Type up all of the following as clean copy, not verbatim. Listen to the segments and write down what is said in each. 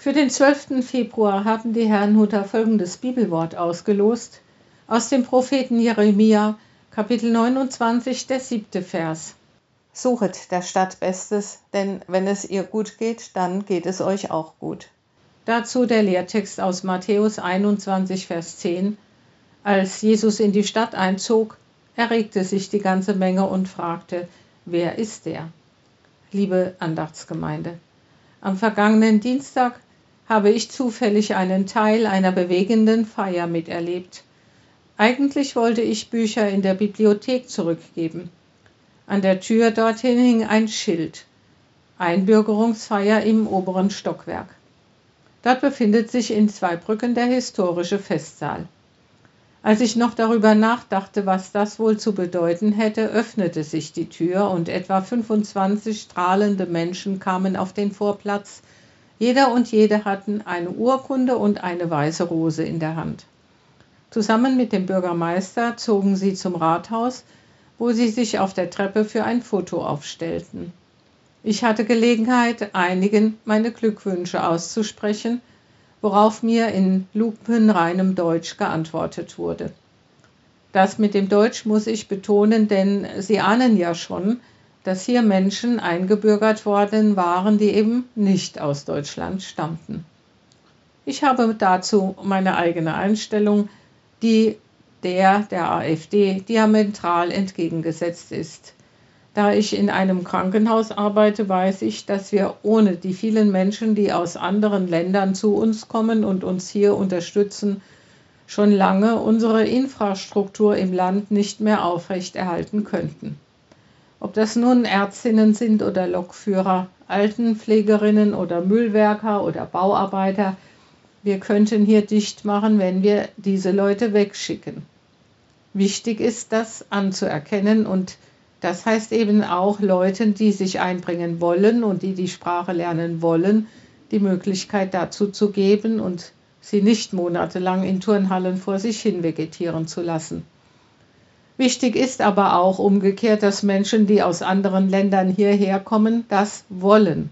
Für den 12. Februar haben die Herrnhuter folgendes Bibelwort ausgelost aus dem Propheten Jeremia, Kapitel 29, der 7. Vers. Suchet der Stadt Bestes, denn wenn es ihr gut geht, dann geht es euch auch gut. Dazu der Lehrtext aus Matthäus 21, Vers 10. Als Jesus in die Stadt einzog, erregte sich die ganze Menge und fragte, wer ist der? Liebe Andachtsgemeinde, am vergangenen Dienstag habe ich zufällig einen Teil einer bewegenden Feier miterlebt. Eigentlich wollte ich Bücher in der Bibliothek zurückgeben. An der Tür dorthin hing ein Schild. Einbürgerungsfeier im oberen Stockwerk. Dort befindet sich in Zweibrücken der historische Festsaal. Als ich noch darüber nachdachte, was das wohl zu bedeuten hätte, öffnete sich die Tür und etwa 25 strahlende Menschen kamen auf den Vorplatz. Jeder und jede hatten eine Urkunde und eine weiße Rose in der Hand. Zusammen mit dem Bürgermeister zogen sie zum Rathaus, wo sie sich auf der Treppe für ein Foto aufstellten. Ich hatte Gelegenheit, einigen meine Glückwünsche auszusprechen, worauf mir in lupenreinem Deutsch geantwortet wurde. Das mit dem Deutsch muss ich betonen, denn Sie ahnen ja schon, dass hier Menschen eingebürgert worden waren, die eben nicht aus Deutschland stammten. Ich habe dazu meine eigene Einstellung, die der AfD diametral entgegengesetzt ist. Da ich in einem Krankenhaus arbeite, weiß ich, dass wir ohne die vielen Menschen, die aus anderen Ländern zu uns kommen und uns hier unterstützen, schon lange unsere Infrastruktur im Land nicht mehr aufrechterhalten könnten. Ob das nun Ärztinnen sind oder Lokführer, Altenpflegerinnen oder Müllwerker oder Bauarbeiter, wir könnten hier dicht machen, wenn wir diese Leute wegschicken. Wichtig ist, das anzuerkennen und das heißt eben auch Leuten, die sich einbringen wollen und die die Sprache lernen wollen, die Möglichkeit dazu zu geben und sie nicht monatelang in Turnhallen vor sich hin vegetieren zu lassen. Wichtig ist aber auch umgekehrt, dass Menschen, die aus anderen Ländern hierher kommen, das wollen.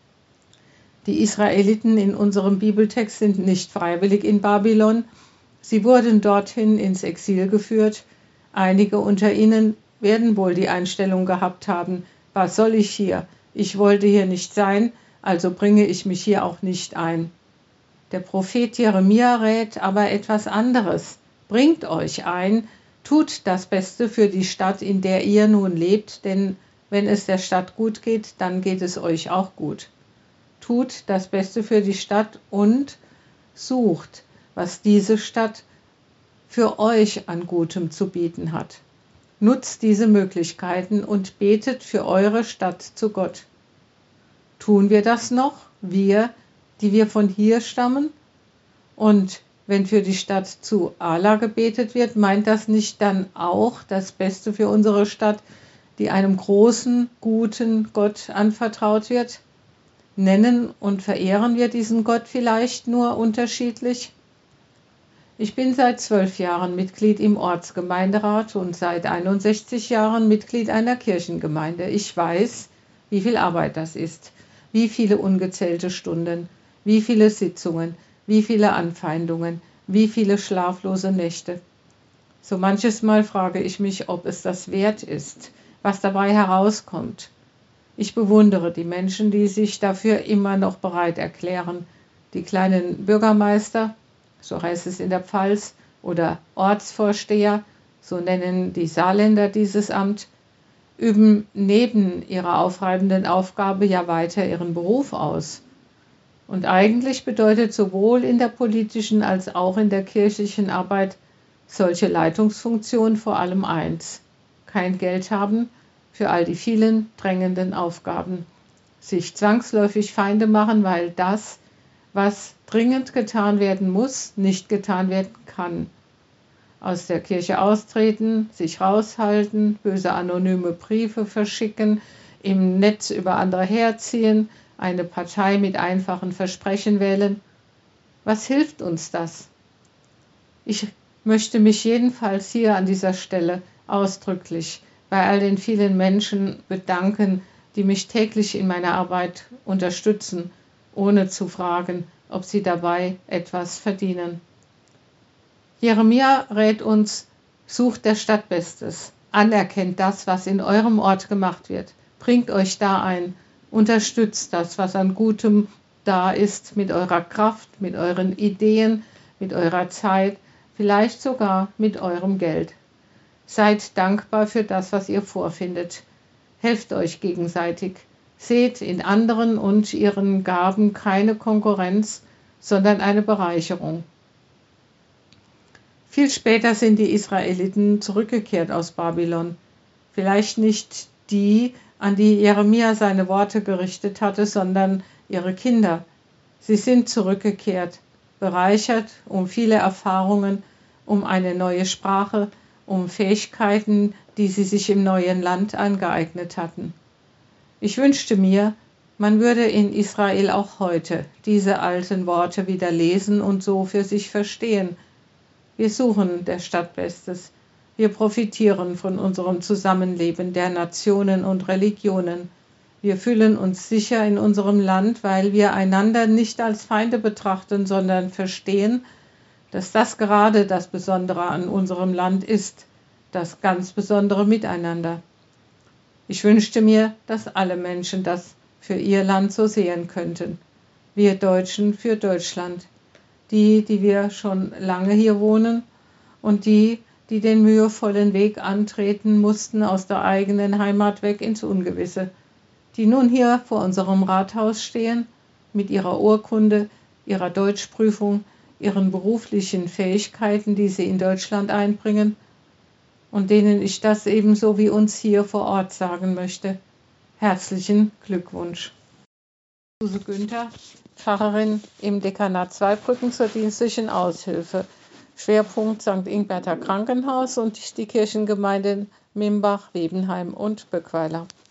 Die Israeliten in unserem Bibeltext sind nicht freiwillig in Babylon. Sie wurden dorthin ins Exil geführt. Einige unter ihnen werden wohl die Einstellung gehabt haben, was soll ich hier? Ich wollte hier nicht sein, also bringe ich mich hier auch nicht ein. Der Prophet Jeremia rät aber etwas anderes. Bringt euch ein, tut das Beste für die Stadt, in der ihr nun lebt, denn wenn es der Stadt gut geht, dann geht es euch auch gut. Tut das Beste für die Stadt und sucht, was diese Stadt für euch an Gutem zu bieten hat. Nutzt diese Möglichkeiten und betet für eure Stadt zu Gott. Tun wir das noch, wir, die wir von hier stammen? Und wenn für die Stadt zu Allah gebetet wird, meint das nicht dann auch das Beste für unsere Stadt, die einem großen, guten Gott anvertraut wird? Nennen und verehren wir diesen Gott vielleicht nur unterschiedlich? Ich bin seit 12 Jahren Mitglied im Ortsgemeinderat und seit 61 Jahren Mitglied einer Kirchengemeinde. Ich weiß, wie viel Arbeit das ist, wie viele ungezählte Stunden, wie viele Sitzungen, wie viele Anfeindungen, wie viele schlaflose Nächte. So manches Mal frage ich mich, ob es das wert ist, was dabei herauskommt. Ich bewundere die Menschen, die sich dafür immer noch bereit erklären. Die kleinen Bürgermeister, so heißt es in der Pfalz, oder Ortsvorsteher, so nennen die Saarländer dieses Amt, üben neben ihrer aufreibenden Aufgabe ja weiter ihren Beruf aus. Und eigentlich bedeutet sowohl in der politischen als auch in der kirchlichen Arbeit solche Leitungsfunktion vor allem eins: kein Geld haben für all die vielen drängenden Aufgaben, sich zwangsläufig Feinde machen, weil das, was dringend getan werden muss, nicht getan werden kann. Aus der Kirche austreten, sich raushalten, böse anonyme Briefe verschicken, im Netz über andere herziehen, eine Partei mit einfachen Versprechen wählen. Was hilft uns das? Ich möchte mich jedenfalls hier an dieser Stelle ausdrücklich bei all den vielen Menschen bedanken, die mich täglich in meiner Arbeit unterstützen, ohne zu fragen, ob sie dabei etwas verdienen. Jeremia rät uns, sucht der Stadt Bestes, anerkennt das, was in eurem Ort gemacht wird, bringt euch da ein, unterstützt das, was an Gutem da ist, mit eurer Kraft, mit euren Ideen, mit eurer Zeit, vielleicht sogar mit eurem Geld. Seid dankbar für das, was ihr vorfindet. Helft euch gegenseitig. Seht in anderen und ihren Gaben keine Konkurrenz, sondern eine Bereicherung. Viel später sind die Israeliten zurückgekehrt aus Babylon. Vielleicht nicht die, an die Jeremia seine Worte gerichtet hatte, sondern ihre Kinder. Sie sind zurückgekehrt, bereichert um viele Erfahrungen, um eine neue Sprache, um Fähigkeiten, die sie sich im neuen Land angeeignet hatten. Ich wünschte mir, man würde in Israel auch heute diese alten Worte wieder lesen und so für sich verstehen. Wir suchen der Stadt Bestes. Wir profitieren von unserem Zusammenleben der Nationen und Religionen. Wir fühlen uns sicher in unserem Land, weil wir einander nicht als Feinde betrachten, sondern verstehen, dass das gerade das Besondere an unserem Land ist, das ganz besondere Miteinander. Ich wünschte mir, dass alle Menschen das für ihr Land so sehen könnten. Wir Deutschen für Deutschland. Die wir schon lange hier wohnen und die den mühevollen Weg antreten mussten aus der eigenen Heimat weg ins Ungewisse. Die nun hier vor unserem Rathaus stehen, mit ihrer Urkunde, ihrer Deutschprüfung, ihren beruflichen Fähigkeiten, die sie in Deutschland einbringen, und denen ich das ebenso wie uns hier vor Ort sagen möchte. Herzlichen Glückwunsch. Suse Günther, Pfarrerin im Dekanat Zweibrücken zur dienstlichen Aushilfe. Schwerpunkt St. Ingberter Krankenhaus und die Kirchengemeinden Mimbach, Webenheim und Böckweiler.